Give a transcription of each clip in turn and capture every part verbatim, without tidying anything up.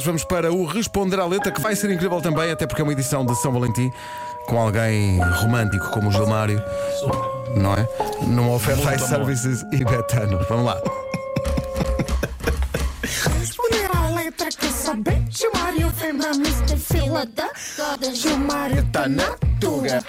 Vamos para o Responder à Letra, que vai ser incrível também, até porque é uma edição de São Valentim com alguém romântico como o Gilmário, não é? Numa oferta iServices e Betano. Vamos lá. Responder à letra que saber. Gilmário vem na mister Fila da Goda. Gilmário tá na tuga.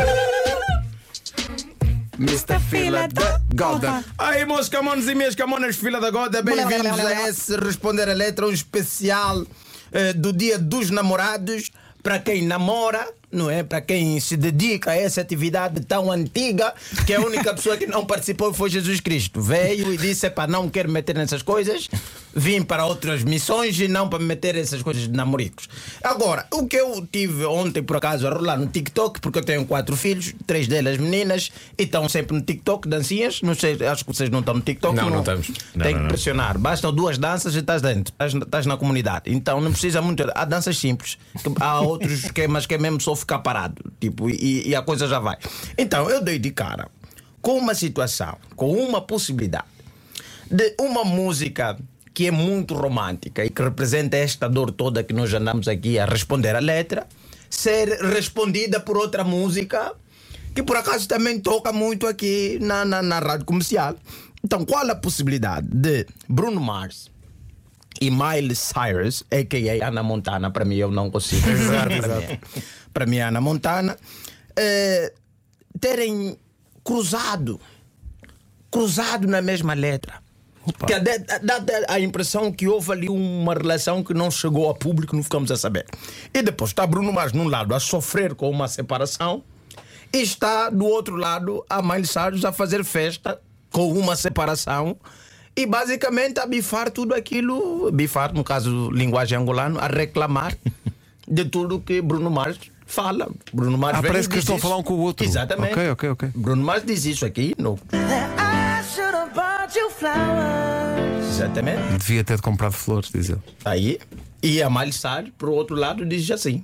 mister Fila da Goda. Aí, meus camões e minhas camonas, Fila da Goda, bem-vindos a esse Responder a Letra, um especial eh, do Dia dos Namorados, para quem namora, não é? Para quem se dedica a essa atividade tão antiga, que a única pessoa que não participou foi Jesus Cristo. Veio e disse: para não quero meter nessas coisas, vim para outras missões e não para me meter nessas coisas de namoricos. Agora, o que eu tive ontem, por acaso, a rolar no TikTok, porque eu tenho quatro filhos, três delas meninas, e estão sempre no TikTok, dancinhas. Não sei, acho que vocês não estão no TikTok. Não, não, não estamos. Não, Tem não, que não. pressionar. Bastam duas danças e estás dentro, estás, estás na comunidade. Então não precisa muito. Há danças simples, que há outros que, mas que é mesmo só ficar parado, tipo, e, e a coisa já vai. Então eu dei de cara com uma situação, com uma possibilidade de uma música que é muito romântica e que representa esta dor toda que nós andamos aqui a responder a letra, ser respondida por outra música que por acaso também toca muito aqui na, na, na rádio comercial. Então qual a possibilidade de Bruno Mars e Miley Cyrus, a k a. Ana Montana, para mim eu não consigo. Exato, para, exato. mim, para mim, Ana Montana, eh, terem cruzado, cruzado na mesma letra. Que dá, dá, dá a impressão que houve ali uma relação que não chegou a público, não ficamos a saber. E depois está Bruno Mars num lado a sofrer com uma separação, e está do outro lado a Miley Cyrus a fazer festa com uma separação. E basicamente a bifar tudo aquilo, bifar, no caso, linguagem angolana, a reclamar de tudo que Bruno Mars fala. Bruno Mars Ah, vem parece e que diz estão a isso. falar um com o outro. Exatamente. Ok, ok, ok. Bruno Mars diz isso aqui. No... Exatamente. Devia ter comprado flores, diz ele. Aí. E a Miley Cyrus, pro outro lado, diz assim.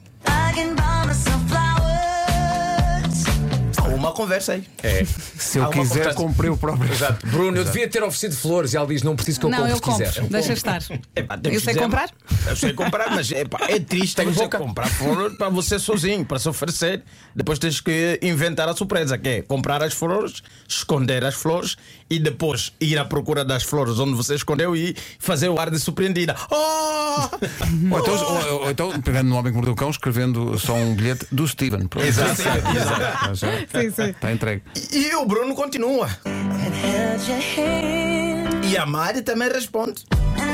Uma conversa aí. É. Se eu Há uma quiser, conversa. comprei o próprio. Exato. Bruno, eu devia ter oferecido flores e ela diz: não preciso que eu Não, compre eu se compro. quiser. Deixa estar. Epá, Eu temos sei que dizer- comprar? Eu sei comprar, mas epá, é triste Tenho você boca. comprar flores para você sozinho, para se oferecer. Depois tens que inventar a surpresa, que é comprar as flores, esconder as flores e depois ir à procura das flores onde você escondeu e fazer o ar de surpreendida. Oh! Ou então, ou- ou então, pegando no Homem que Mordeu o Cão, escrevendo só um bilhete do Steven. Pronto. Exato, exato. Sim, sim. Está entregue. E o Bruno continua. E a Mari também responde.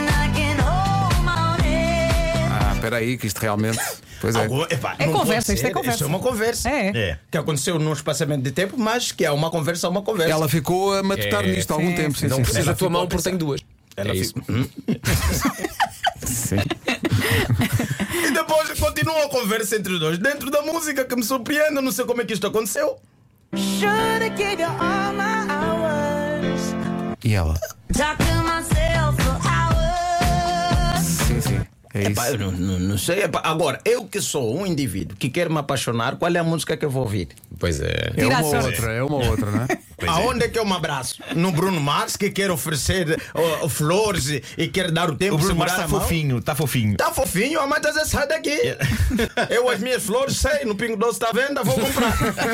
Ah, espera aí, que isto realmente. Pois é. Agora, epá, É não conversa, pode isto é ser. conversa. Isso é uma conversa. É. Que aconteceu num espaçamento de tempo, mas que é uma conversa, uma conversa. Ela ficou a matutar É, nisto há algum sim, tempo. Sim, Não sim, precisa sim. da tua ficou mão a porque pensar. tenho duas. Ela É isso. fica- Hum? Sim. E depois continua a conversa entre os dois. Dentro da música que me surpreende, eu não sei como é que isto aconteceu. E ela? Sim, sim. É isso. Epá, eu não, não, não sei. Epá, agora, eu que sou um indivíduo que quer me apaixonar, qual é a música que eu vou ouvir? Pois é. É Tira uma a sorte. outra, é uma outra, não é? Aonde é que eu me abraço? No Bruno Mars, que quer oferecer oh, oh, flores e, e quer dar o tempo O de Bruno segurar Mars a está mão? fofinho, está fofinho. Tá fofinho, a mãe tá dizendo, sai daqui. Eu as minhas flores sei, no Pingo Doce está à venda, vou comprar.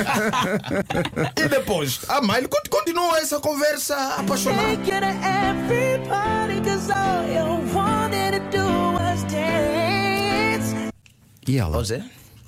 E depois, a mãe con- continua essa conversa apaixonada. E ela? José?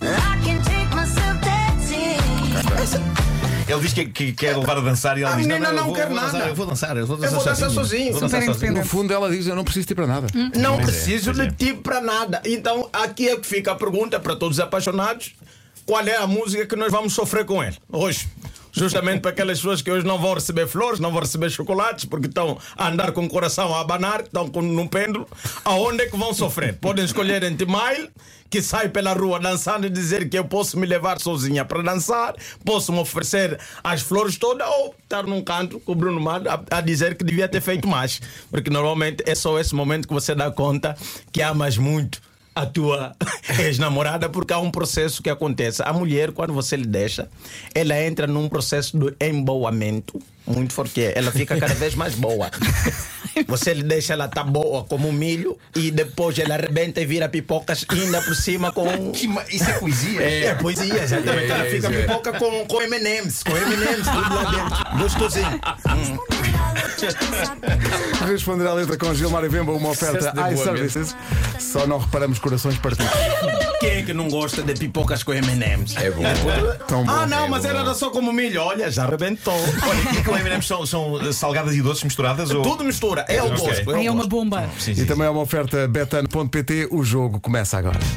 Ele diz que, que quer levar a dançar e ela A diz: menina eu não vou- quer vou dançar, nada. Eu vou dançar, eu vou Eu dançar, vou dançar sozinho. Vou Super dançar sozinho. No independente. fundo, ela diz: eu não preciso de ti para nada. Não Pois é, preciso pois é. de ti para nada. Então, aqui é que fica a pergunta para todos os apaixonados: qual é a música que nós vamos sofrer com ele hoje? Justamente para aquelas pessoas que hoje não vão receber flores, não vão receber chocolates, porque estão a andar com o coração a abanar, estão com, num pêndulo. Aonde é que vão sofrer? Podem escolher entre Miley, que sai pela rua dançando e dizer que eu posso me levar sozinha para dançar, posso me oferecer as flores todas, ou estar num canto com o Bruno Mars a, a dizer que devia ter feito mais. Porque normalmente é só esse momento que você dá conta que amas muito a tua ex-namorada, porque há um processo que acontece. A mulher, quando você lhe deixa, ela entra num processo de emboamento muito forte. Ela fica cada vez mais boa. Você lhe deixa ela tá boa como um milho e depois ela arrebenta e vira pipocas ainda por cima com. Que ma- Isso é poesia. É, é poesia, exatamente. Ela fica pipoca com, com M and M's, com M and M's, tudo lá dentro. Gostosinho. Responder à letra com Gilmário Vemba, uma oferta Sucesso de boa iServices. Só não reparamos corações partidos. Quem é que não gosta de pipocas com M and M's? É bom. Tão bom. Ah, não, mas era só como milho. Olha, já arrebentou. Olha, e aquele M and M's são, são salgadas e doces misturadas? Ou... Tudo mistura. É o Ok. gosto. Aí é o uma gosto. bomba. Sim, E sim, também é uma oferta betano ponto pt. O jogo começa agora.